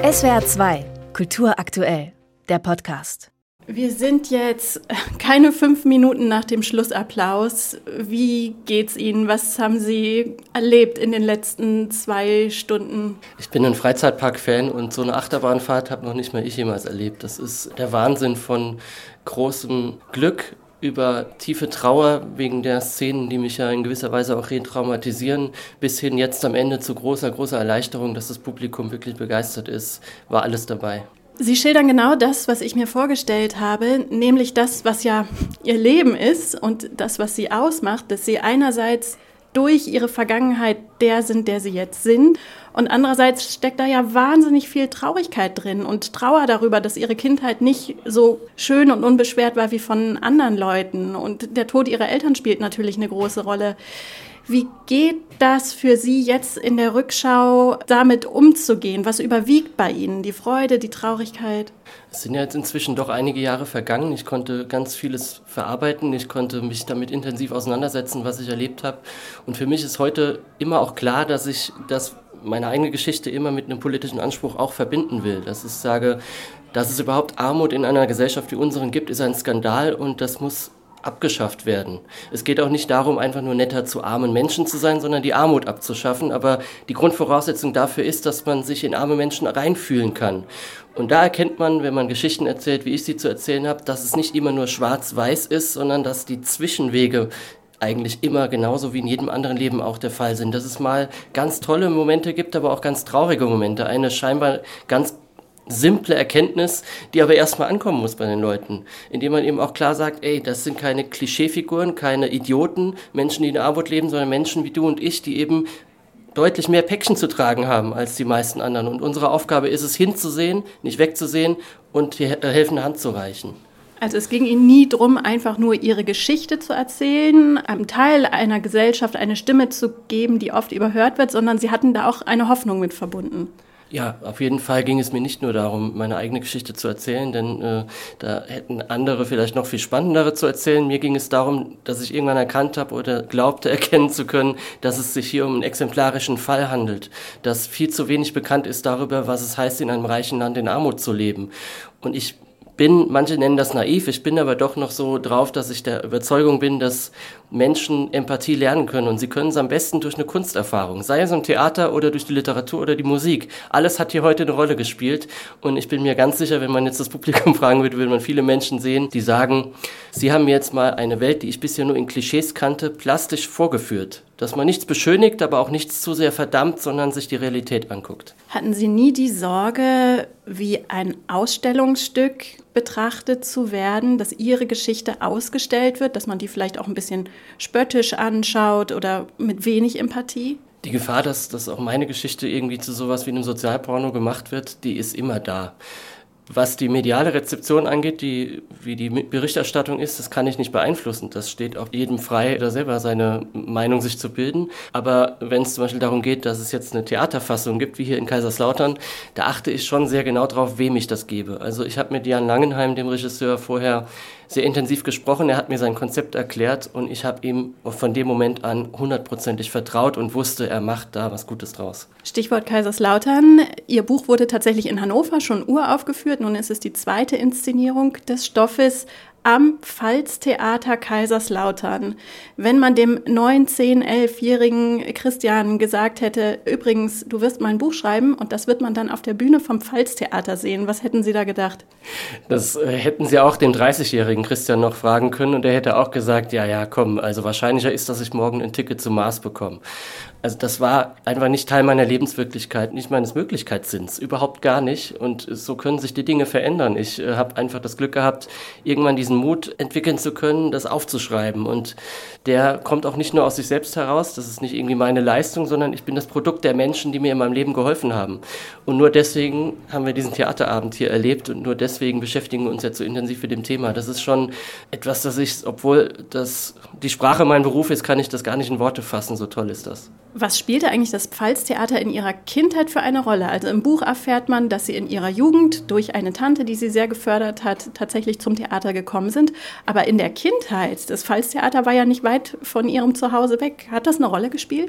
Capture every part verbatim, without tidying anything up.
S W R zwei, Kultur aktuell, der Podcast. Wir sind jetzt keine fünf Minuten nach dem Schlussapplaus. Wie geht's Ihnen? Was haben Sie erlebt in den letzten zwei Stunden? Ich bin ein Freizeitpark-Fan und so eine Achterbahnfahrt habe noch nicht mal ich jemals erlebt. Das ist der Wahnsinn von großem Glück über tiefe Trauer wegen der Szenen, die mich ja in gewisser Weise auch retraumatisieren, bis hin jetzt am Ende zu großer, großer Erleichterung, dass das Publikum wirklich begeistert ist, war alles dabei. Sie schildern genau das, was ich mir vorgestellt habe, nämlich das, was ja Ihr Leben ist und das, was Sie ausmacht, dass Sie einerseits durch Ihre Vergangenheit der sind, der Sie jetzt sind, und andererseits steckt da ja wahnsinnig viel Traurigkeit drin und Trauer darüber, dass Ihre Kindheit nicht so schön und unbeschwert war wie von anderen Leuten, und der Tod Ihrer Eltern spielt natürlich eine große Rolle. Wie geht das für Sie jetzt in der Rückschau, damit umzugehen? Was überwiegt bei Ihnen? Die Freude, die Traurigkeit? Es sind ja jetzt inzwischen doch einige Jahre vergangen. Ich konnte ganz vieles verarbeiten. Ich konnte mich damit intensiv auseinandersetzen, was ich erlebt habe. Und für mich ist heute immer auch klar, dass ich das, meine eigene Geschichte immer mit einem politischen Anspruch auch verbinden will. Dass ich sage, dass es überhaupt Armut in einer Gesellschaft wie unseren gibt, ist ein Skandal, und das muss abgeschafft werden. Es geht auch nicht darum, einfach nur netter zu armen Menschen zu sein, sondern die Armut abzuschaffen. Aber die Grundvoraussetzung dafür ist, dass man sich in arme Menschen reinfühlen kann. Und da erkennt man, wenn man Geschichten erzählt, wie ich sie zu erzählen habe, dass es nicht immer nur schwarz-weiß ist, sondern dass die Zwischenwege eigentlich immer genauso wie in jedem anderen Leben auch der Fall sind. Dass es mal ganz tolle Momente gibt, aber auch ganz traurige Momente. Eine scheinbar ganz simple Erkenntnis, die aber erstmal ankommen muss bei den Leuten, indem man eben auch klar sagt, ey, das sind keine Klischeefiguren, keine Idioten, Menschen, die in Armut leben, sondern Menschen wie du und ich, die eben deutlich mehr Päckchen zu tragen haben als die meisten anderen. Und unsere Aufgabe ist es, hinzusehen, nicht wegzusehen und die helfende Hand zu reichen. Also es ging Ihnen nie darum, einfach nur Ihre Geschichte zu erzählen, einem Teil einer Gesellschaft eine Stimme zu geben, die oft überhört wird, sondern Sie hatten da auch eine Hoffnung mit verbunden. Ja, auf jeden Fall ging es mir nicht nur darum, meine eigene Geschichte zu erzählen, denn äh, da hätten andere vielleicht noch viel spannendere zu erzählen. Mir ging es darum, dass ich irgendwann erkannt habe oder glaubte erkennen zu können, dass es sich hier um einen exemplarischen Fall handelt, dass viel zu wenig bekannt ist darüber, was es heißt, in einem reichen Land in Armut zu leben. Und ich bin, manche nennen das naiv, ich bin aber doch noch so drauf, dass ich der Überzeugung bin, dass Menschen Empathie lernen können, und sie können es am besten durch eine Kunsterfahrung, sei es im Theater oder durch die Literatur oder die Musik. Alles hat hier heute eine Rolle gespielt, und ich bin mir ganz sicher, wenn man jetzt das Publikum fragen würde, würde man viele Menschen sehen, die sagen, sie haben mir jetzt mal eine Welt, die ich bisher nur in Klischees kannte, plastisch vorgeführt. Dass man nichts beschönigt, aber auch nichts zu sehr verdammt, sondern sich die Realität anguckt. Hatten Sie nie die Sorge, wie ein Ausstellungsstück betrachtet zu werden, dass Ihre Geschichte ausgestellt wird, dass man die vielleicht auch ein bisschen spöttisch anschaut oder mit wenig Empathie? Die Gefahr, dass, dass auch meine Geschichte irgendwie zu sowas wie einem Sozialporno gemacht wird, die ist immer da. Was die mediale Rezeption angeht, die, wie die Berichterstattung ist, das kann ich nicht beeinflussen. Das steht auch jedem frei, da selber seine Meinung sich zu bilden. Aber wenn es zum Beispiel darum geht, dass es jetzt eine Theaterfassung gibt, wie hier in Kaiserslautern, da achte ich schon sehr genau drauf, wem ich das gebe. Also ich habe mit Jan Langenheim, dem Regisseur, vorher sehr intensiv gesprochen. Er hat mir sein Konzept erklärt, und ich habe ihm von dem Moment an hundertprozentig vertraut und wusste, er macht da was Gutes draus. Stichwort Kaiserslautern. Ihr Buch wurde tatsächlich in Hannover schon uraufgeführt. Nun ist es die zweite Inszenierung des Stoffes am Pfalztheater Kaiserslautern. Wenn man dem neun-, zehn-, elfjährigen Christian gesagt hätte, übrigens, du wirst mal ein Buch schreiben und das wird man dann auf der Bühne vom Pfalztheater sehen, was hätten Sie da gedacht? Das äh, hätten Sie auch den dreißigjährigen Christian noch fragen können, und der hätte auch gesagt, ja, ja, komm, also wahrscheinlicher ist, dass ich morgen ein Ticket zum Mars bekomme. Also das war einfach nicht Teil meiner Lebenswirklichkeit, nicht meines Möglichkeitssinns, überhaupt gar nicht. Und so können sich die Dinge verändern. Ich äh, habe einfach das Glück gehabt, irgendwann diesen Mut entwickeln zu können, das aufzuschreiben. Und der kommt auch nicht nur aus sich selbst heraus, das ist nicht irgendwie meine Leistung, sondern ich bin das Produkt der Menschen, die mir in meinem Leben geholfen haben. Und nur deswegen haben wir diesen Theaterabend hier erlebt, und nur deswegen beschäftigen wir uns jetzt so intensiv mit dem Thema. Das ist schon etwas, das ich, obwohl das die Sprache mein Beruf ist, kann ich das gar nicht in Worte fassen, so toll ist das. Was spielte eigentlich das Pfalztheater in Ihrer Kindheit für eine Rolle? Also im Buch erfährt man, dass Sie in Ihrer Jugend durch eine Tante, die Sie sehr gefördert hat, tatsächlich zum Theater gekommen sind. Aber in der Kindheit, das Pfalztheater war ja nicht weit von Ihrem Zuhause weg. Hat das eine Rolle gespielt?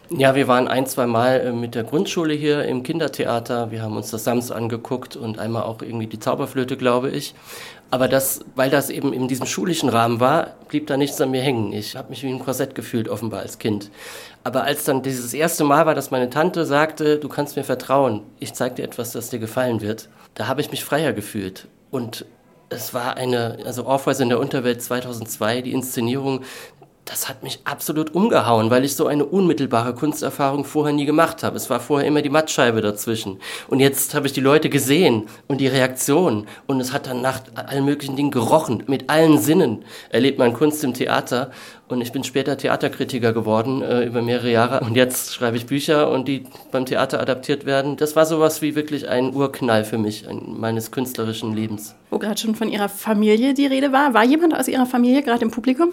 Ja, wir waren ein, zwei Mal mit der Grundschule hier im Kindertheater. Wir haben uns das Sams angeguckt und einmal auch irgendwie die Zauberflöte, glaube ich. Aber das, weil das eben in diesem schulischen Rahmen war, blieb da nichts an mir hängen. Ich habe mich wie ein Korsett gefühlt, offenbar als Kind. Aber als dann dieses erste Mal war, dass meine Tante sagte, du kannst mir vertrauen, ich zeige dir etwas, das dir gefallen wird, da habe ich mich freier gefühlt. Und es war eine, also Orpheus in der Unterwelt zweitausendzwei, die Inszenierung, das hat mich absolut umgehauen, weil ich so eine unmittelbare Kunsterfahrung vorher nie gemacht habe. Es war vorher immer die Mattscheibe dazwischen. Und jetzt habe ich die Leute gesehen und die Reaktion. Und es hat dann nach allen möglichen Dingen gerochen. Mit allen Sinnen erlebt man Kunst im Theater. Und ich bin später Theaterkritiker geworden, äh, über mehrere Jahre. Und jetzt schreibe ich Bücher und die beim Theater adaptiert werden. Das war sowas wie wirklich ein Urknall für mich, ein, meines künstlerischen Lebens. Wo gerade schon von Ihrer Familie die Rede war. War jemand aus Ihrer Familie gerade im Publikum?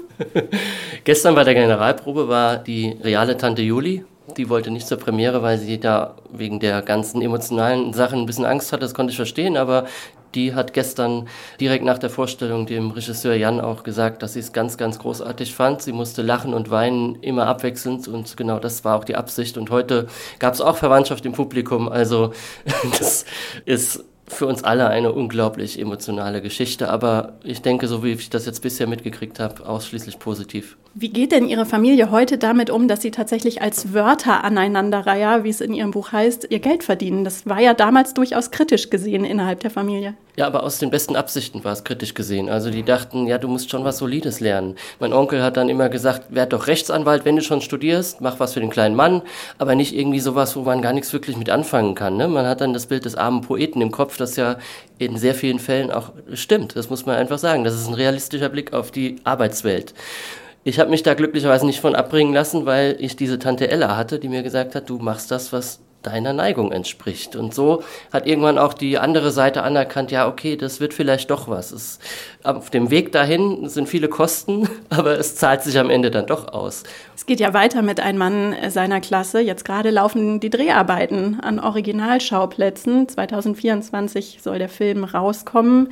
Gestern bei der Generalprobe war die reale Tante Juli. Die wollte nicht zur Premiere, weil sie da wegen der ganzen emotionalen Sachen ein bisschen Angst hatte. Das konnte ich verstehen, aber die hat gestern direkt nach der Vorstellung dem Regisseur Jan auch gesagt, dass sie es ganz, ganz großartig fand. Sie musste lachen und weinen, immer abwechselnd, und genau das war auch die Absicht. Und heute gab es auch Verwandtschaft im Publikum, also das ist für uns alle eine unglaublich emotionale Geschichte, aber ich denke, so wie ich das jetzt bisher mitgekriegt habe, ausschließlich positiv. Wie geht denn Ihre Familie heute damit um, dass Sie tatsächlich als Wörteraneinanderreiher, wie es in Ihrem Buch heißt, Ihr Geld verdienen? Das war ja damals durchaus kritisch gesehen innerhalb der Familie. Ja, aber aus den besten Absichten war es kritisch gesehen. Also die dachten, ja, du musst schon was Solides lernen. Mein Onkel hat dann immer gesagt, werd doch Rechtsanwalt, wenn du schon studierst, mach was für den kleinen Mann, aber nicht irgendwie sowas, wo man gar nichts wirklich mit anfangen kann. Ne? Man hat dann das Bild des armen Poeten im Kopf, das ja in sehr vielen Fällen auch stimmt. Das muss man einfach sagen. Das ist ein realistischer Blick auf die Arbeitswelt. Ich habe mich da glücklicherweise nicht von abbringen lassen, weil ich diese Tante Ella hatte, die mir gesagt hat, du machst das, was deiner Neigung entspricht. Und so hat irgendwann auch die andere Seite anerkannt, ja, okay, das wird vielleicht doch was. Es, auf dem Weg dahin sind viele Kosten, aber es zahlt sich am Ende dann doch aus. Es geht ja weiter mit einem Mann seiner Klasse. Jetzt gerade laufen die Dreharbeiten an Originalschauplätzen. zwanzig vierundzwanzig soll der Film rauskommen.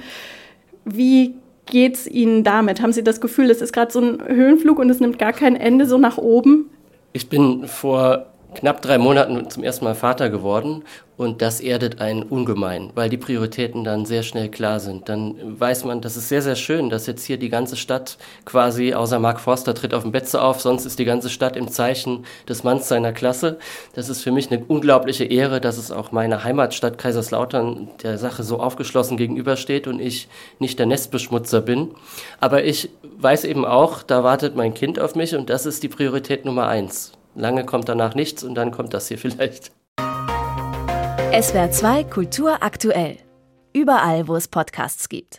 Wie geht's Ihnen damit? Haben Sie das Gefühl, es ist gerade so ein Höhenflug und es nimmt gar kein Ende so nach oben? Ich bin vor knapp drei Monaten zum ersten Mal Vater geworden und das erdet einen ungemein, weil die Prioritäten dann sehr schnell klar sind. Dann weiß man, das ist sehr, sehr schön, dass jetzt hier die ganze Stadt quasi, außer Mark Forster tritt auf dem Betze auf, sonst ist die ganze Stadt im Zeichen des Manns seiner Klasse. Das ist für mich eine unglaubliche Ehre, dass es auch meine Heimatstadt Kaiserslautern der Sache so aufgeschlossen gegenübersteht und ich nicht der Nestbeschmutzer bin. Aber ich weiß eben auch, da wartet mein Kind auf mich und das ist die Priorität Nummer eins. Lange kommt danach nichts und dann kommt das hier vielleicht. S W R zwei Kultur aktuell. Überall, wo es Podcasts gibt.